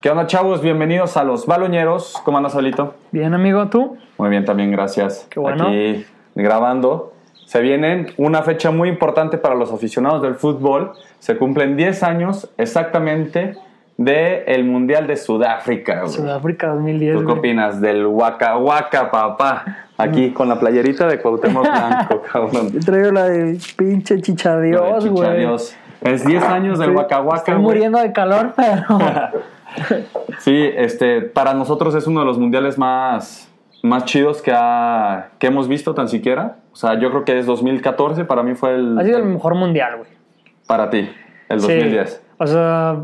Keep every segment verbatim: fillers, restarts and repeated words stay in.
¿Qué onda, chavos? Bienvenidos a Los Baloñeros. ¿Cómo andas, Saulito? Bien, amigo, ¿tú? Muy bien, también, gracias. Qué bueno. Aquí grabando. Se viene una fecha muy importante para los aficionados del fútbol. Se cumplen diez años exactamente del Mundial de Sudáfrica, güey. Sudáfrica dos mil diez. ¿Tú qué güey. opinas del Waka Waka, papá? Aquí con la playerita de Cuauhtémoc Blanco, cabrón. Yo traigo la del pinche chichadios, Chicha güey. Dios. Es diez años del Estoy- Waka Waka, Estoy güey. muriendo de calor, pero... Sí, este, para nosotros es uno de los mundiales más, más chidos que, ha, que hemos visto tan siquiera. O sea, yo creo que es dos mil catorce, para mí fue el... ha sido el mejor mundial, güey. Para ti, el dos mil diez. Sí, o sea...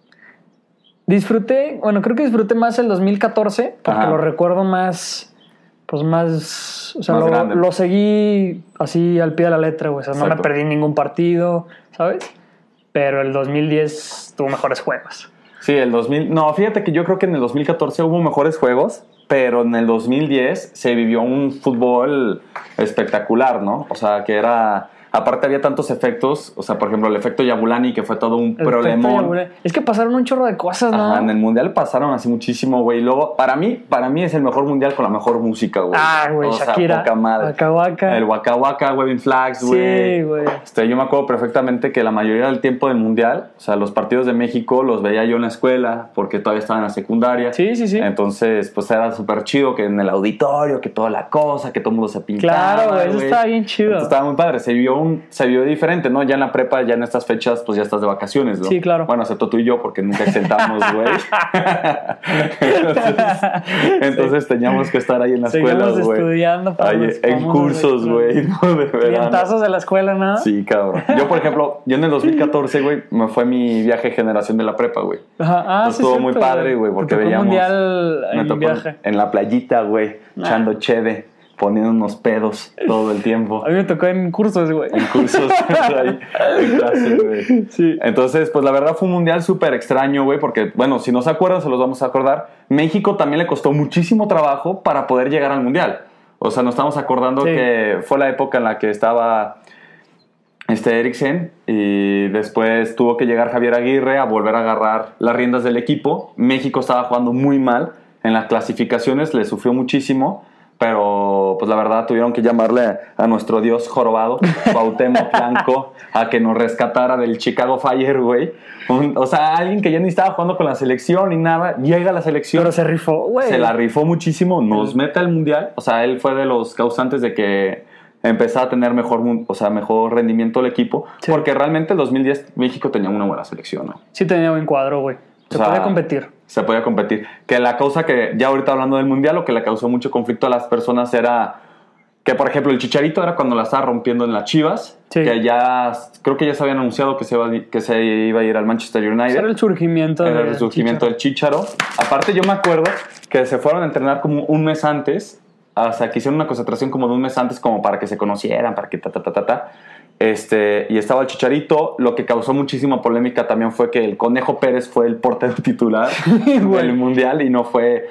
Disfruté, bueno, creo que disfruté más el dos mil catorce porque Ajá. lo recuerdo más, pues más, o sea, Más lo, grande. lo seguí así al pie de la letra, güey. O sea, no me Exacto. perdí ningún partido, ¿sabes? Pero el dos mil diez tuvo mejores juegos. Sí, el dos mil... No, fíjate que yo creo que en el dos mil catorce hubo mejores juegos, pero en el dos mil diez se vivió un fútbol espectacular, ¿no? O sea, que era... Aparte había tantos efectos, o sea, por ejemplo, el efecto Yabulani, que fue todo un El problemón. efecto de- Es que pasaron un chorro de cosas, ¿no? Ajá, en el mundial pasaron así muchísimo, güey. Luego, para mí, para mí es el mejor mundial con la mejor música, güey. Ah, güey, O sea, Shakira, poca madre. Waka Waka. El Waka Waka, Waving Flags, güey. Sí, güey. Este, yo me acuerdo perfectamente que la mayoría del tiempo del mundial, o sea, los partidos de México los veía yo en la escuela, porque todavía estaba en la secundaria. Sí, sí, sí. Entonces, pues era súper chido que en el auditorio, que toda la cosa, que todo el mundo se pintaba. Claro, güey, eso estaba bien chido. Entonces, estaba muy padre. Se vio, un, se vio diferente, ¿no? Ya en la prepa, ya en estas fechas, pues ya estás de vacaciones, ¿no? Sí, claro. Bueno, excepto tú y yo, porque nunca exentamos, güey. entonces, entonces teníamos que estar ahí en la escuela, Seguimos güey. estudiando para Ahí, los en famosos cursos, de- güey, ¿no? De verano. Clientazos de la escuela, ¿no? Sí, cabrón. Yo, por ejemplo, yo en el dos mil catorce, güey, me fue mi viaje de generación de la prepa, güey. Ajá. Ah, Entonces, sí, estuvo cierto, muy padre, güey, porque Te tocó veíamos... mundial me en tocó viaje. en la playita, güey, Nah. echando cheve, poniendo unos pedos todo el tiempo. A mí me tocó en cursos, güey. En cursos ahí, en clase, güey. Sí. Entonces, pues la verdad fue un mundial súper extraño, güey, porque, bueno, si no se acuerdan, se los vamos a acordar. México también le costó muchísimo trabajo para poder llegar al mundial. O sea, nos estamos acordando Sí. que fue la época en la que estaba este Eriksen y después tuvo que llegar Javier Aguirre a volver a agarrar las riendas del equipo. México estaba jugando muy mal en las clasificaciones, le sufrió muchísimo. Pero, pues la verdad, tuvieron que llamarle a nuestro dios jorobado, Cuauhtémoc Blanco, a que nos rescatara del Chicago Fire, güey. Un- O sea, alguien que ya ni estaba jugando con la selección ni nada, llega a la selección, Pero se rifó, güey. se la rifó muchísimo, nos mete al mundial. O sea, él fue de los causantes de que empezara a tener mejor, mun- o sea, mejor rendimiento el equipo. Sí. Porque realmente en dos mil diez México tenía una buena selección, ¿no? Sí tenía buen cuadro, güey. Se O sea, podía competir. Se podía competir. Que la causa que, ya ahorita hablando del mundial, lo que le causó mucho conflicto a las personas era que, por ejemplo, el Chicharito era cuando la estaba rompiendo en las Chivas, Sí. que ya, creo que ya se había anunciado que se iba, a- que se iba a ir al Manchester United. Ese era el surgimiento Era el del resurgimiento Chicharo. del Chícharo. Aparte, yo me acuerdo que se fueron a entrenar como un mes antes, o sea, que hicieron una concentración como de un mes antes, como para que se conocieran, para que ta, ta, ta, ta, ta. Este, y estaba el Chicharito. Lo que causó muchísima polémica también fue que el Conejo Pérez fue el portero titular güey. del mundial y no fue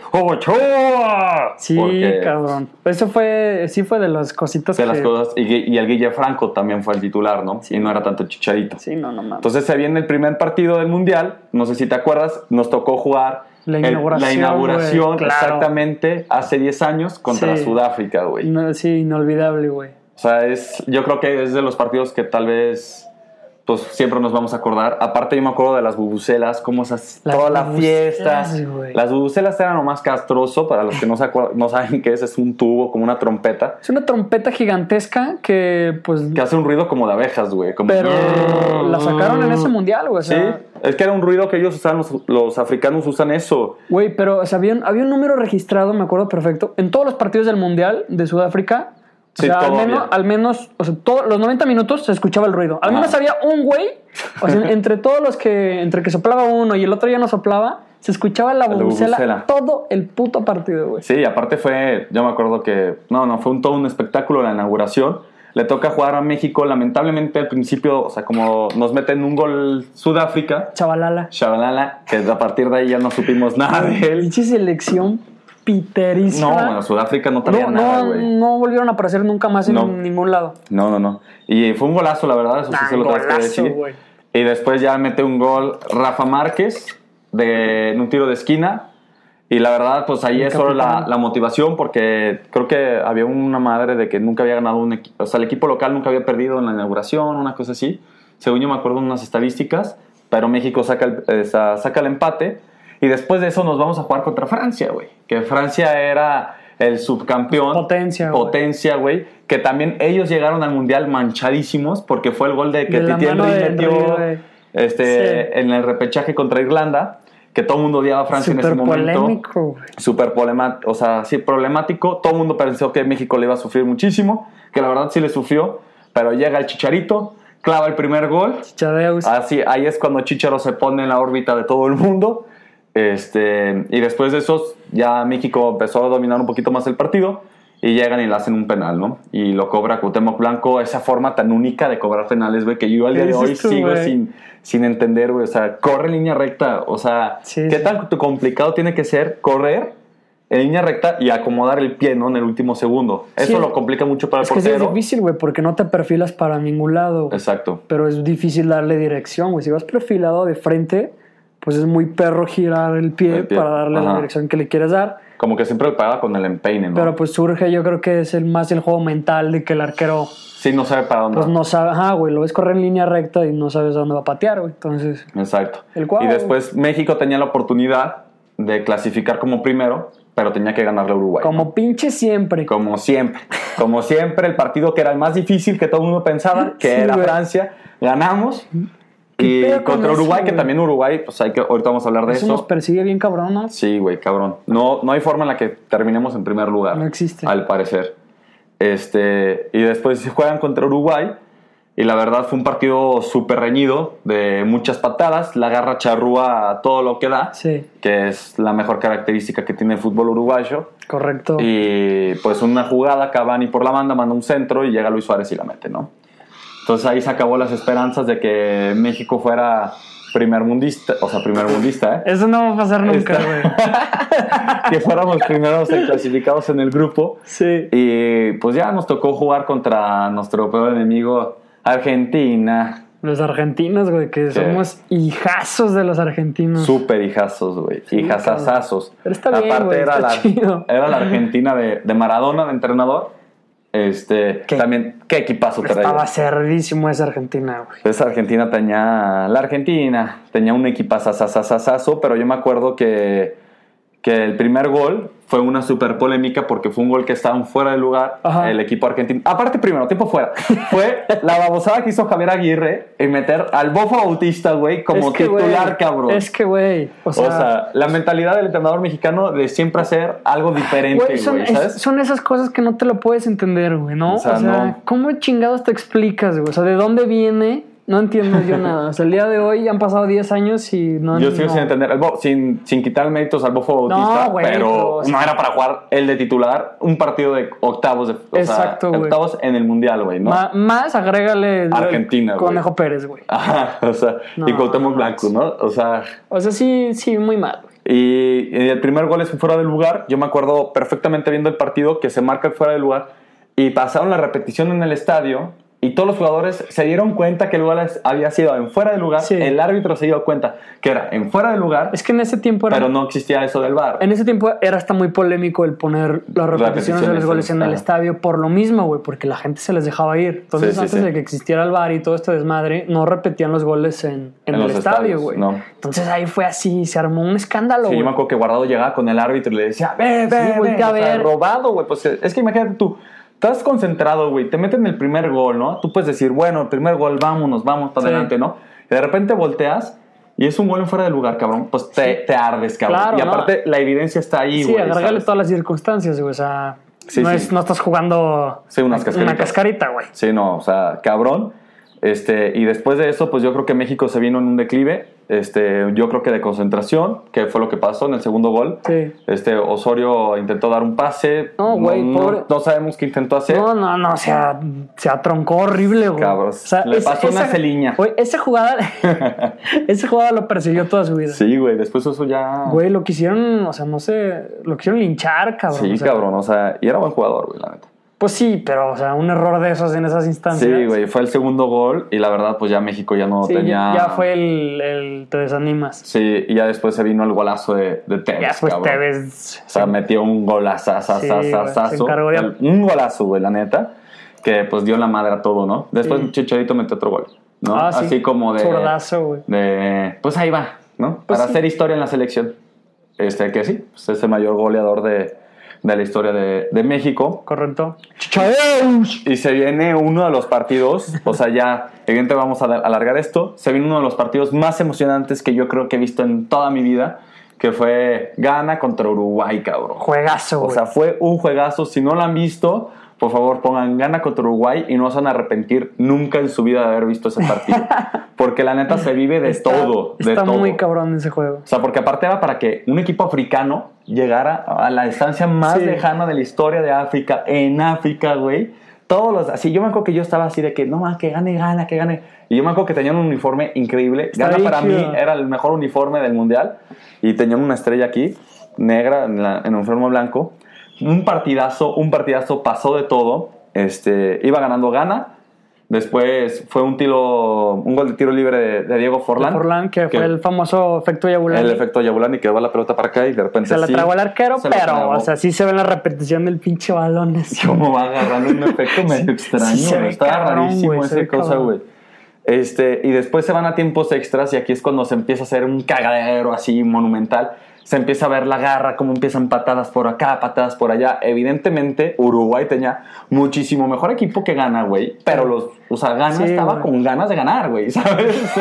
Ochoa. Sí, Porque cabrón. Eso fue, sí fue de las cositas de que... las cosas, y, y el Guille Franco también fue el titular, ¿no? Y no era tanto el Chicharito. Sí, no, no mames. Entonces se viene el primer partido del mundial, no sé si te acuerdas, nos tocó jugar La el- inauguración, la inauguración güey, claro. exactamente hace diez años contra Sí. Sudáfrica, güey. No, sí, inolvidable, güey. O sea, es, yo creo que es de los partidos que tal vez pues siempre nos vamos a acordar. Aparte yo me acuerdo de las bubucelas, cómo esas, Las toda la bubucelas, fiesta. güey. Las bubucelas eran lo más castroso, para los que no, se acuer- no saben qué es, es un tubo como una trompeta Es una trompeta gigantesca que, pues... que hace un ruido como de abejas, güey. Como... Pero la sacaron en ese mundial, güey. O Sí, sea, es que era un ruido que ellos usaban, los, los africanos usan eso. güey, pero o sea, había, un, había un número registrado, me acuerdo perfecto, en todos los partidos del mundial de Sudáfrica. O Sí, sea, al todo menos, había. al menos, o sea, todos los noventa minutos se escuchaba el ruido. Al Ajá. menos había un güey, o sea, entre todos los que, entre que soplaba uno y el otro ya no soplaba, se escuchaba la La bubucela bubucela. todo el puto partido, güey. Sí, aparte fue, yo me acuerdo que, no, no, fue un, todo un espectáculo la inauguración. Le toca jugar a México, lamentablemente al principio, o sea, como nos meten un gol Sudáfrica, Chavalala. Shabalala, que a partir de ahí ya no supimos nada de él. Pinche selección piterísima. No, bueno, Sudáfrica no traía no, nada, no, güey. no volvieron a aparecer nunca más en No. ningún lado. No, no, no. Y fue un golazo, la verdad, eso sí Ah, se lo tengo que golazo, decir. güey. Y después ya mete un gol Rafa Márquez de, en un tiro de esquina. Y la verdad, pues ahí El es solo la, capitán. la motivación, porque creo que había una madre de que nunca había ganado un equipo. O sea, el equipo local nunca había perdido en la inauguración, una cosa así. Según yo me acuerdo de unas estadísticas. Pero México saca el, eh, saca el empate. Y después de eso nos vamos a jugar contra Francia, güey. Que Francia era el subcampeón. Potencia, güey. Potencia, güey. Que también ellos llegaron al Mundial manchadísimos, porque fue el gol de que De la Titi mano Henry de metió Henry, güey. este, Sí. en el repechaje contra Irlanda. Que todo el mundo odiaba a Francia en ese Súper momento. polémico, güey. Súper problemático, o sea, sí, problemático. Todo el mundo pensó que México le iba a sufrir muchísimo, que la verdad sí le sufrió, pero llega el Chicharito, clava el primer gol. Chadeus. Así, ahí es cuando Chicharo se pone en la órbita de todo el mundo. Este, y después de eso, ya México empezó a dominar un poquito más el partido y llegan y le hacen un penal, ¿no? Y lo cobra Cuauhtémoc Blanco, esa forma tan única de cobrar penales, güey, que yo al día de ¿Qué hoy dices tú, sigo güey? sin, sin entender, güey. O sea, corre en línea recta, o sea, Sí, ¿qué sí. tan complicado tiene que ser correr en línea recta y acomodar el pie, ¿no? En el último segundo. Eso Sí. lo complica mucho para el Es que sí es portero. difícil, güey, porque no te perfilas para ningún lado, güey. Exacto. Pero es difícil darle dirección, güey. Si vas perfilado de frente, pues es muy perro girar el pie, El pie. para darle la Ajá. dirección que le quieres dar. Como que siempre lo pagaba con el empeine, ¿no? Pero pues surge, yo creo que es el más el juego mental de que el arquero sí, no sabe para dónde. pues no sabe, ajá, güey, lo ves correr en línea recta y no sabes a dónde va a patear, güey. Entonces, Exacto. El cual- Y después México tenía la oportunidad de clasificar como primero, pero tenía que ganarle a Uruguay. como ¿no? pinche siempre. Como siempre. Como siempre, el partido que era el más difícil que todo el mundo pensaba, que Sí, era güey. Francia, ganamos. ¿Qué Y pedo con contra eso, Uruguay, que güey? también Uruguay, pues hay que, ahorita vamos a hablar de Eso eso. nos persigue bien cabrón, ¿no? Sí, güey, cabrón. No, no hay forma en la que terminemos en primer lugar. No existe. Al parecer. Este, y después se juegan contra Uruguay. Y la verdad fue un partido súper reñido, de muchas patadas. La garra charrúa a todo lo que da, Sí, que es la mejor característica que tiene el fútbol uruguayo. correcto. Y pues una jugada, Cavani por la banda manda un centro y llega Luis Suárez y la mete, ¿no? Entonces ahí se acabó las esperanzas de que México fuera primer mundista, o sea, primer mundista, ¿eh? Eso no va a pasar nunca, Está- güey. Que fuéramos primeros clasificados en el grupo. Sí. Y pues ya nos tocó jugar contra nuestro peor enemigo, Argentina. Los argentinos, güey, que somos hijazos de los argentinos. Súper hijazos, güey. Sí, Hijazazazos. Pero está bien, Aparte güey, era, está la, chido. era la Argentina de, de Maradona, de entrenador. Este, ¿Qué? también, qué equipazo traía. Estaba cerdísimo esa Argentina, güey. Esa Argentina tenía, la Argentina tenía un equipazazazazazo, pero yo me acuerdo que, que el primer gol fue una súper polémica porque fue un gol que estaban fuera de lugar, Ajá. el equipo argentino. Aparte, primero, tiempo fuera. Fue la babosada que hizo Javier Aguirre en meter al Bofo Bautista, güey, como Es que, titular, güey, cabrón. Es que, güey, o O sea, sea, la mentalidad del entrenador mexicano de siempre hacer algo diferente, güey, son, güey, es- ¿sabes? son esas cosas que no te lo puedes entender, güey, ¿no? O sea, no. ¿cómo chingados te explicas, güey? O sea, ¿de dónde viene? No entiendo yo nada. O sea, el día de hoy han pasado diez años y no... Yo sigo no. sin entender, el Bo- sin, sin quitar méritos al Bofo Bautista, güey, pero pero, o sea- no era para jugar el de titular un partido de octavos, de, o Exacto, sea, güey. octavos en el Mundial, güey, ¿no? Ma- más agrégale... el- Argentina, güey. Conejo Pérez, güey. Ajá, o sea, No, y Cuauhtémoc no, Blanco, ¿no? O sea, O sea, sí, sí, muy mal, güey. y, y el primer gol es fuera de lugar. Yo me acuerdo perfectamente viendo el partido que se marca el fuera de lugar y pasaron la repetición en el estadio. Y todos los jugadores se dieron cuenta que el gol había sido en fuera de lugar. Sí. El árbitro se dio cuenta que era en fuera de lugar, Es que en ese tiempo era... pero no existía eso del V A R. En ese tiempo era hasta muy polémico el poner las repeticiones de los goles en el ajá. estadio por lo mismo, güey, porque la gente se les dejaba ir. Entonces, Sí, sí, antes sí. de que existiera el V A R y todo este desmadre, no repetían los goles en, en En el los estadio, estadios, güey. no. Entonces ahí fue así, se armó un escándalo, Sí, güey. yo me acuerdo que Guardado llegaba con el árbitro y le decía, ve, ve, Sí, ve, voltea a o sea, ver. robado, güey. Pues es que imagínate tú, estás concentrado, güey, te meten el primer gol, ¿no? Tú puedes decir, bueno, el primer gol, vámonos, vamos para Sí. adelante, ¿no? Y de repente volteas y es un gol en fuera de lugar, cabrón. Pues te, Sí. te ardes, cabrón. Claro, y aparte, la evidencia está ahí, Sí, güey. agregarle ¿sabes? todas las circunstancias, güey. O sea, Sí, no, sí. Es, no estás jugando Sí, unas una cascaritas. cascarita, güey. Sí, no, o sea, cabrón. Este, y después de eso, pues yo creo que México se vino en un declive. Este, yo creo que de concentración, que fue lo que pasó en el segundo gol. Sí. Este, Osorio intentó dar un pase. No, güey, no, pobre. no sabemos qué intentó hacer. No, no, no, o sea, se atroncó horrible, güey. Cabrón, le pasó una celiña. Güey, esa jugada, esa jugada lo persiguió toda su vida. Sí, güey, después eso ya... Güey, lo quisieron, o sea, no sé, lo quisieron linchar, cabrón. sí, o sea, cabrón, o sea, y era buen jugador, güey, la neta. Pues sí, pero, o sea, un error de esos en esas instancias. Sí, güey, fue el segundo gol y la verdad, pues ya México ya no sí, tenía... Ya fue el, el te desanimas. Sí, y ya después se vino el golazo de, de Tevez, Ya después cabrón. Tevez... O sea, metió un golazo, Sí, se encargó de... un golazo, güey, la neta, que pues dio la madre a todo, ¿no? Después Sí. Chicharito metió otro gol, ¿no? Ah, sí. Así como de... Zurdazo, güey. De... Pues ahí va, ¿no? Pues Para sí. hacer historia en la selección. Este, que sí, pues es el mayor goleador de, de la historia de, de México. Correcto. Y se viene uno de los partidos, o sea, ya, evidentemente vamos a alargar esto, se viene uno de los partidos más emocionantes que yo creo que he visto en toda mi vida, que fue Ghana contra Uruguay, cabrón. Juegazo, güey. O sea, fue un juegazo. Si no lo han visto, por favor pongan Ghana contra Uruguay y no se van a arrepentir nunca en su vida de haber visto ese partido. Porque la neta se vive de está, todo. De está todo. muy cabrón ese juego. O sea, porque aparte era para que un equipo africano llegara a la distancia más Sí. lejana de la historia de África, en África, güey. Todos los, así, yo me acuerdo que yo estaba así de que, no más, que gane, gana, que gane. Y yo me acuerdo que tenían un uniforme increíble. Está Ghana bien para chido. mí era el mejor uniforme del mundial. Y tenían una estrella aquí, negra, en, la, en un uniforme blanco. Un partidazo, un partidazo, pasó de todo. Este, iba ganando Ghana. Después fue un tiro, un gol de tiro libre de, de Diego Forlán. De Forlán, que, que fue el famoso efecto Yabulani. El efecto Yabulani, que va la pelota para acá y de repente Se la sí, tragó el arquero, se la pero, tragó. o sea, sí se ve en la repetición del pinche balón. ese. ¿Cómo va agarrando un efecto medio extraño? sí se ve Estaba cabrón, rarísimo güey, se esa ve cosa, cabrón. güey. Este, y después se van a tiempos extras y aquí es cuando se empieza a hacer un cagadero así monumental. Se empieza a ver la garra, cómo empiezan patadas por acá, patadas por allá. Evidentemente, Uruguay tenía muchísimo mejor equipo que Ghana, güey. Pero los, o sea, Ghana Sí, estaba güey. con ganas de ganar, güey, ¿sabes?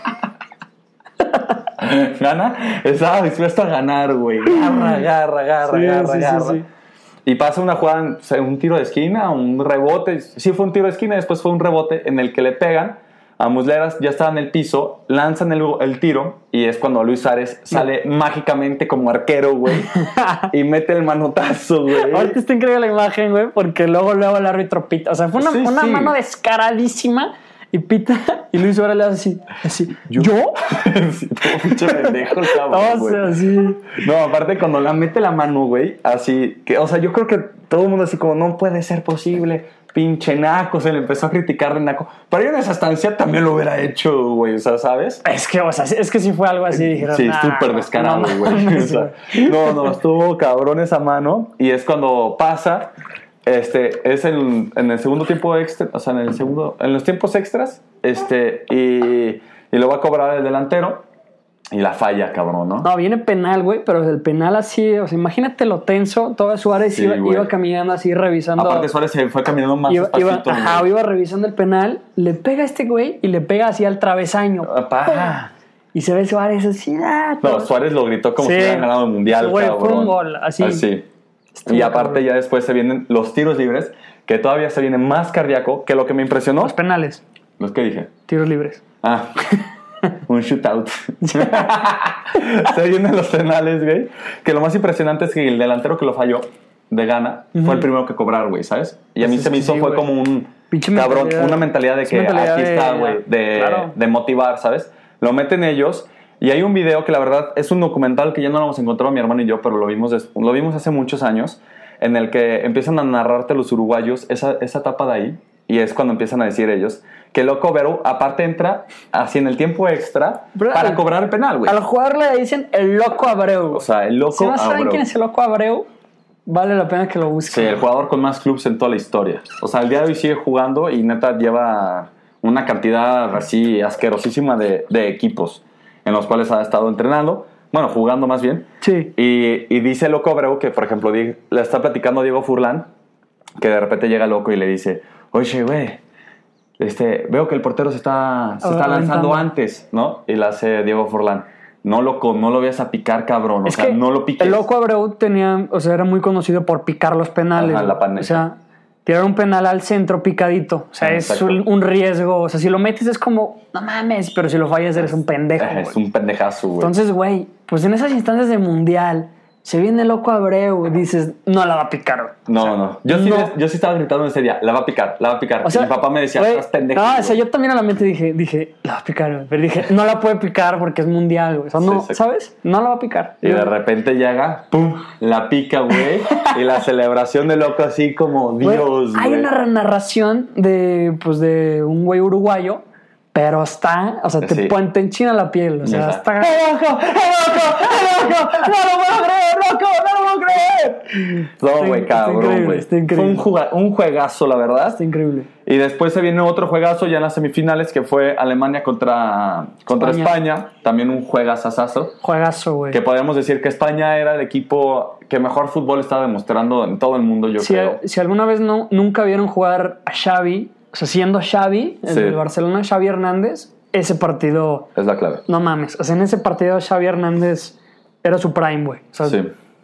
Ghana estaba dispuesto a ganar, güey. Garra, garra, garra, Sí, garra, sí, sí, garra. sí. Y pasa una jugada, o sea, un tiro de esquina, un rebote. Sí fue un tiro de esquina, después fue un rebote en el que le pegan a Musleras, ya estaba en el piso, lanzan el, el tiro y es cuando Luis Suárez sale mágicamente como arquero, güey, y mete el manotazo, güey. Ahorita está increíble la imagen, güey, porque luego, luego el árbitro pita. O sea, fue una, Sí, una sí. mano descaradísima y pita. Y Luis Suárez le hace así, así. ¿Yo? ¿Yo? Sí, todo pinche pendejo el cabrón, O güey. sea, sí. No, aparte cuando la mete la mano, güey, así, que, o sea, yo creo que todo el mundo así como, no puede ser posible, pinche naco, se le empezó a criticar de naco. Pero yo en esa estancia también lo hubiera hecho, güey, o sea, ¿sabes? Es que, o sea, es que sí fue algo así. Dijeron, Sí, nah, súper descarado, no güey. mames, O sea, no, no, estuvo cabrón esa mano. Y es cuando pasa, este, es en, en el segundo tiempo extra, o sea, en el segundo, en los tiempos extras, este, y, y lo va a cobrar el delantero. Y la falla, cabrón, ¿no? No, viene penal, güey, pero el penal así, o sea, imagínate lo tenso. Todo Suárez Sí, iba, güey. iba caminando así, revisando. Aparte Suárez se fue caminando más iba, iba, despacito. ajá, güey. iba revisando el penal, le pega a este güey y le pega así al travesaño. Apá. Y se ve Suárez así, ah, No, todo. Suárez lo gritó como Sí. si hubieran ganado el mundial, Sí, güey, cabrón. fue un gol, así. Estuvo Y aparte cabrón. ya después se vienen los tiros libres, que todavía se viene más cardíaco, que lo que me impresionó. Los penales, Los que dije. tiros libres. Ah, un shootout. Se vienen los penales, güey. Que lo más impresionante es que el delantero que lo falló de Ghana Ujú. fue el primero que cobrar, güey, ¿sabes? Y a mí Pues se es me que hizo, sí, fue güey. como un Pinche cabrón, mentalidad. una mentalidad de Es que mentalidad aquí de- está, güey, de, Claro. de motivar, ¿sabes? Lo meten ellos. Y hay un video que la verdad es un documental que ya no lo hemos encontrado mi hermano y yo, pero lo vimos, des- lo vimos hace muchos años, en el que empiezan a narrarte los uruguayos esa, esa etapa de ahí. Y es cuando empiezan a decir ellos que Loco Vero aparte entra así en el tiempo extra Bro, para al- cobrar el penal, güey. Al jugador le dicen el loco Abreu. O sea, el loco Si no saben Abreu. quién es el loco Abreu, vale la pena que lo busquen. Sí, el jugador con más clubes en toda la historia. O sea, el día de hoy sigue jugando y neta lleva una cantidad así asquerosísima de, de equipos en los cuales ha estado entrenando. Bueno, jugando más bien. Sí. Y, y dice Loco Abreu que, por ejemplo, di- le está platicando a Diego Furlán, que de repente llega Loco y le dice, oye, güey, este, veo que el portero se está, se está Aventando. lanzando antes, ¿no? Y le hace Diego Furlán, no, loco, no lo vayas a picar, cabrón. O Es sea, que no lo piques. el loco Abreu tenía, o sea, era muy conocido por picar los penales. Ajá, la güey. paneja. O sea, tirar un penal al centro picadito. O sea, Ah, es exacto. un, un riesgo. O sea, si lo metes es como, no mames, pero si lo fallas eres un pendejo. Es güey. un pendejazo, güey. Entonces, güey, pues en esas instancias de mundial, Se viene loco Abreu, dices, no la va a picar, güey. No, o sea, no. Yo sí, no. yo sí estaba gritando ese día, la va a picar, la va a picar. O sea, y mi papá me decía, güey, estás pendejo. No, güey. o sea, yo también a la mente dije, dije, la va a picar, güey. Pero dije, no la puede picar porque es mundial, güey. O sea, no, Sí, sí. ¿sabes? No la va a picar. Y de repente llega, pum, la pica, güey. Y la celebración de loco así como Güey, Dios, güey. hay una narración de, pues, de un güey uruguayo, pero está, o sea, te, Sí. pon- te enchina la piel, o sea, Ya está... está. ¡Eh, loco! ¡Eh, loco! ¡Eh, loco! ¡No lo puedo creer, loco! ¡No lo puedo creer! No, güey, Está cabrón, increíble, güey. está increíble. Fue un, juga- un juegazo, la verdad. Está increíble. Y después se viene otro juegazo ya en las semifinales que fue Alemania contra, contra España. España. También un juegazazazo. Juegazo, güey. Que podemos decir que España era el equipo que mejor fútbol estaba demostrando en todo el mundo, yo Si, creo. si alguna vez no, nunca vieron jugar a Xavi, o sea, siendo Xavi, en Sí. el Barcelona, Xavi Hernández, ese partido, Es la clave. no mames, o sea, en ese partido Xavi Hernández era su prime, güey. O sea, Sí.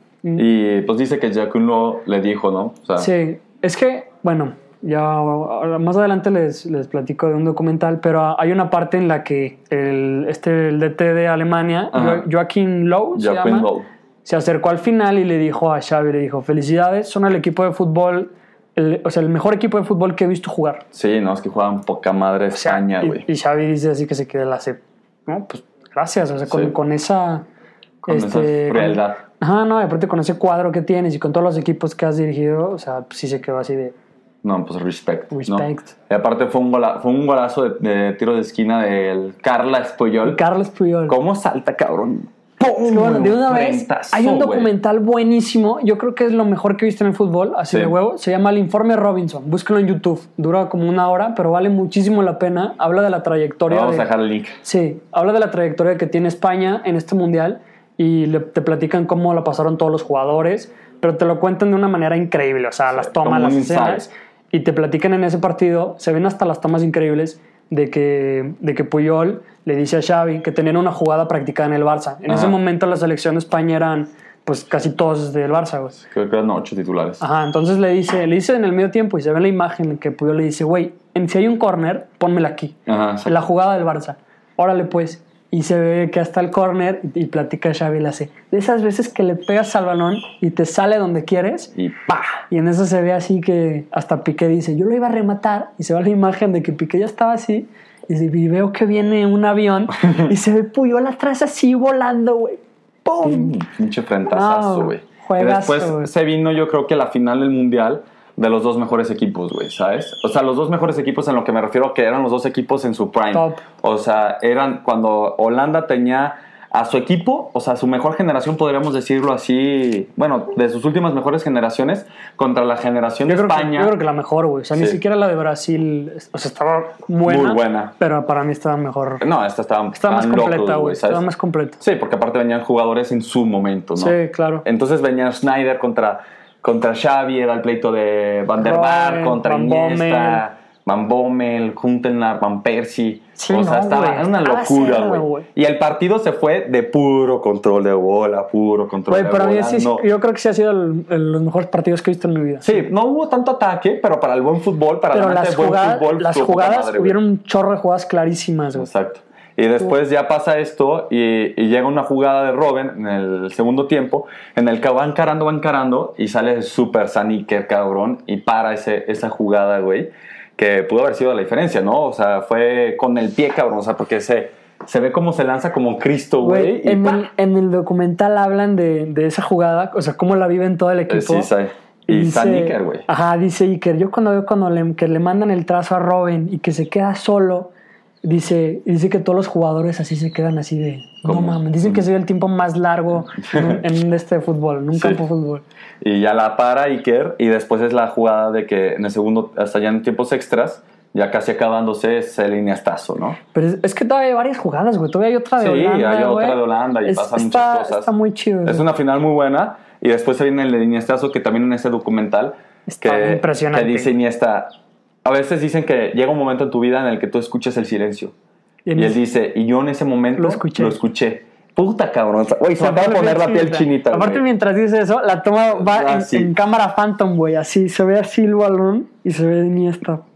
Y pues dice que Jacques Lo le dijo, ¿no? O sea, sí, es que, bueno, ya ahora más adelante les, les platico de un documental, pero hay una parte en la que el, este, el D T de Alemania, Ajá. Jo- Joachim Löw, se Joachim llama, Löw. se acercó al final y le dijo a Xavi, le dijo, felicidades, son el equipo de fútbol, el- o sea, el mejor equipo de fútbol que he visto jugar. Sí, no, es que jugaban poca madre O sea, España, y- güey. y, Xavi dice así que se queda la C. No, pues gracias, o sea, con, Sí. con esa... Con esa frialdad. con- Ajá, no, y aparte con ese cuadro que tienes y con todos los equipos que has dirigido, o sea, pues sí se quedó así de... No, pues respect. ¿no? Respect. Y aparte fue un, gola- fue un golazo de, de tiro de esquina del Carla Espuyol. Carlos Puyol. ¿Cómo salta, cabrón? Es que, bueno, de una vez, Frentazo, hay un güey. documental buenísimo, yo creo que es lo mejor que he visto en el fútbol, así Sí. de huevo, se llama El Informe Robinson, búsquelo en YouTube, dura como una hora, pero vale muchísimo la pena, habla de la trayectoria Vamos de... a dejar el link. Sí, habla de la trayectoria que tiene España en este mundial y le- te platican cómo la pasaron todos los jugadores, pero te lo cuentan de una manera increíble, o sea, las tomas, como las un escenas, insight. y te platican en ese partido, se ven hasta las tomas increíbles de que, de que Puyol le dice a Xavi que tenían una jugada practicada en el Barça. En Ajá. ese momento la selección de España eran pues casi todos del Barça, güey. Creo que eran ocho titulares. Ajá, entonces le dice, le dice en el medio tiempo y se ve en la imagen que Puyol le dice, güey, en- si hay un córner, pónmela aquí. Ajá, sí. En la jugada del Barça. Órale, pues. Y se ve que hasta el córner y, y platica Xavi y le hace. De esas veces que le pegas al balón y te sale donde quieres. Y ¡Pah! Y en eso se ve así que hasta Piqué dice, yo lo iba a rematar. Y se ve la imagen de que Piqué ya estaba así. Y, dice, y veo que viene un avión y se ve Puyol atrás así volando, güey. ¡Pum! pinche frentazazo, No, güey. y juegazo, después güey. se vino, yo creo que la final del Mundial de los dos mejores equipos, güey, ¿sabes? O sea, los dos mejores equipos en lo que me refiero que eran los dos equipos en su prime. Top. O sea, eran cuando Holanda tenía a su equipo, o sea, su mejor generación, podríamos decirlo así, bueno, de sus últimas mejores generaciones contra la generación Yo de creo, que, España. yo creo que la mejor, güey. O sea, ni Sí. siquiera la de Brasil. O sea, estaba buena. Muy buena. Pero para mí estaba mejor. No, esta estaba, Estaba más estaban completa, locos, güey. ¿sabes? Estaba más completa. Sí, porque aparte venían jugadores en su momento, ¿no? Sí, claro. Entonces venía Snyder contra, contra Xavi, era el pleito de Van der Vaart Robben, contra Van Iniesta, Van Bommel, Huntelaar, Van Persie. Sí, o sea, no, estaba, güey, era una estaba locura, cerdo, güey. güey. Y el partido se fue de puro control de bola, puro control Güey, de para bola. mí sí, no. yo creo que sí ha sido el- el- los mejores partidos que he visto en mi vida. Sí, no hubo tanto ataque, pero para el buen fútbol, para Pero la las, neta, el buen jugadas, fútbol, las estuvo poca jugadas, madre, güey. hubieron un chorro de jugadas clarísimas, güey. Exacto. Y después ya pasa esto y, y llega una jugada de Robben en el segundo tiempo en el que va encarando, va encarando y sale súper Saniker, cabrón, y para ese, esa jugada, güey, que pudo haber sido la diferencia, ¿no? O sea, fue con el pie, cabrón, o sea, porque se, se ve como se lanza como Cristo, güey. Güey, y en ¡pa! el, en el documental hablan de, de esa jugada, o sea, cómo la viven todo el equipo. Eh, sí, sí. Y Saniker, güey. Ajá, dice Iker, yo cuando veo cuando le, que le mandan el trazo a Robben y que se queda solo, dice, dice que todos los jugadores así se quedan así de, no ¿Cómo? mames, dicen que soy el tiempo más largo en, en este fútbol, en un Sí. campo de fútbol. Y ya la para Iker y después es la jugada de que en el segundo, hasta ya en tiempos extras, ya casi acabándose, es el iniestazo, ¿no? Pero es, es que todavía hay varias jugadas, güey, todavía hay otra de Sí, Holanda, hay otra güey. de Holanda y Es- pasan está, muchas cosas. Está muy chido. Es güey. una final muy buena y después se viene el de Iniestazo que también en ese documental Está que, impresionante. que dice Iniesta, a veces dicen que llega un momento en tu vida en el que tú escuchas el silencio Y y, en él ese- dice, y yo en ese momento Lo escuché. lo escuché. Puta cabrón, güey, se me va a Aparte, poner la piel chinita. chinita. Aparte, güey. mientras dice eso, la toma va Ah, en, sí. en cámara Phantom, güey. Así se ve así el balón y se ve Iniesta.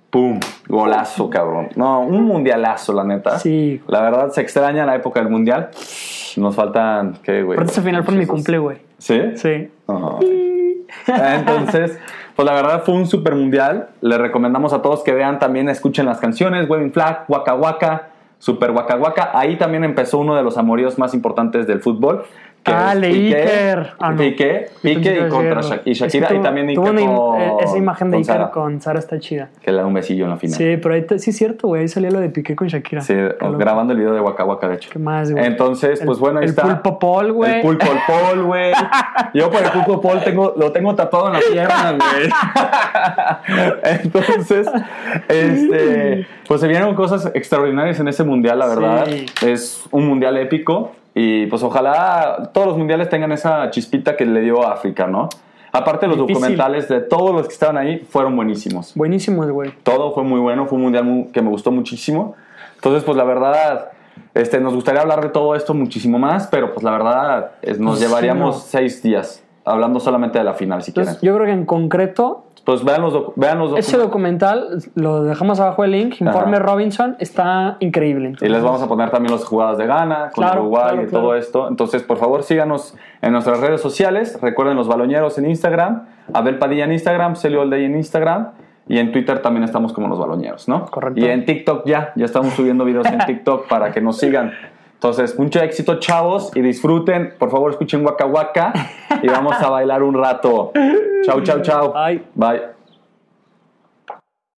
¡Pum! Golazo, cabrón. No, un mundialazo, la neta. Sí. La verdad, se extraña la época del mundial. Nos faltan, ¿qué, güey? Pero ese final fue en mi cumple, güey. ¿Sí? Sí. Oh. Entonces, pues la verdad fue un super mundial. Les recomendamos a todos que vean también, escuchen las canciones, Waving Flag, Waka Waka, Super Waka Waka. Ahí también empezó uno de los amoríos más importantes del fútbol. Que ah, es Iker. Ah, no. Piqué, Piqué y contra Sha- y Shakira. Es que y también Iker tuvo una, con, esa imagen de con Iker Sara, con Sara está chida. que le da un besillo en la final. Sí, pero ahí te, sí es cierto, güey. Ahí salía lo de Piqué con Shakira. Sí, grabando el video de Waka Waka, de hecho. ¿Qué más, güey? Entonces, pues el, bueno, ahí el está. El Pulpo Paul, güey. El Pulpo Paul, güey. Yo por el Pulpo Paul tengo, lo tengo tatuado en la pierna, güey. Entonces, este, pues se vieron cosas extraordinarias en ese mundial, la verdad. Sí. Es un mundial épico. Y pues ojalá todos los mundiales tengan esa chispita que le dio a África, ¿no? Aparte, los Difícil. documentales de todos los que estaban ahí fueron buenísimos. Buenísimos, güey. Todo fue muy bueno, fue un mundial muy, que me gustó muchísimo. Entonces, pues la verdad, este, nos gustaría hablar de todo esto muchísimo más, pero pues la verdad, es, nos Pues, llevaríamos no. seis días hablando solamente de la final, si Entonces, quieren. yo creo que en concreto, Pues vean los, docu- vean los ese documentales. documental, lo dejamos abajo el link, Informe Ajá. Robinson, está increíble. Y Entonces, les vamos a poner también las jugadas de Ghana, con Claro, Uruguay claro, y todo claro. esto. Entonces, por favor, síganos en nuestras redes sociales. Recuerden los baloñeros en Instagram, Abel Padilla en Instagram, Celio Oldey en Instagram. Y en Twitter también estamos como los baloñeros, ¿no? Correcto. Y en TikTok ya, ya estamos subiendo videos en TikTok para que nos sigan. Entonces, mucho éxito, chavos, y disfruten. Por favor, escuchen Waka Waka y vamos a bailar un rato. Chau, chau, chau. Bye. Bye.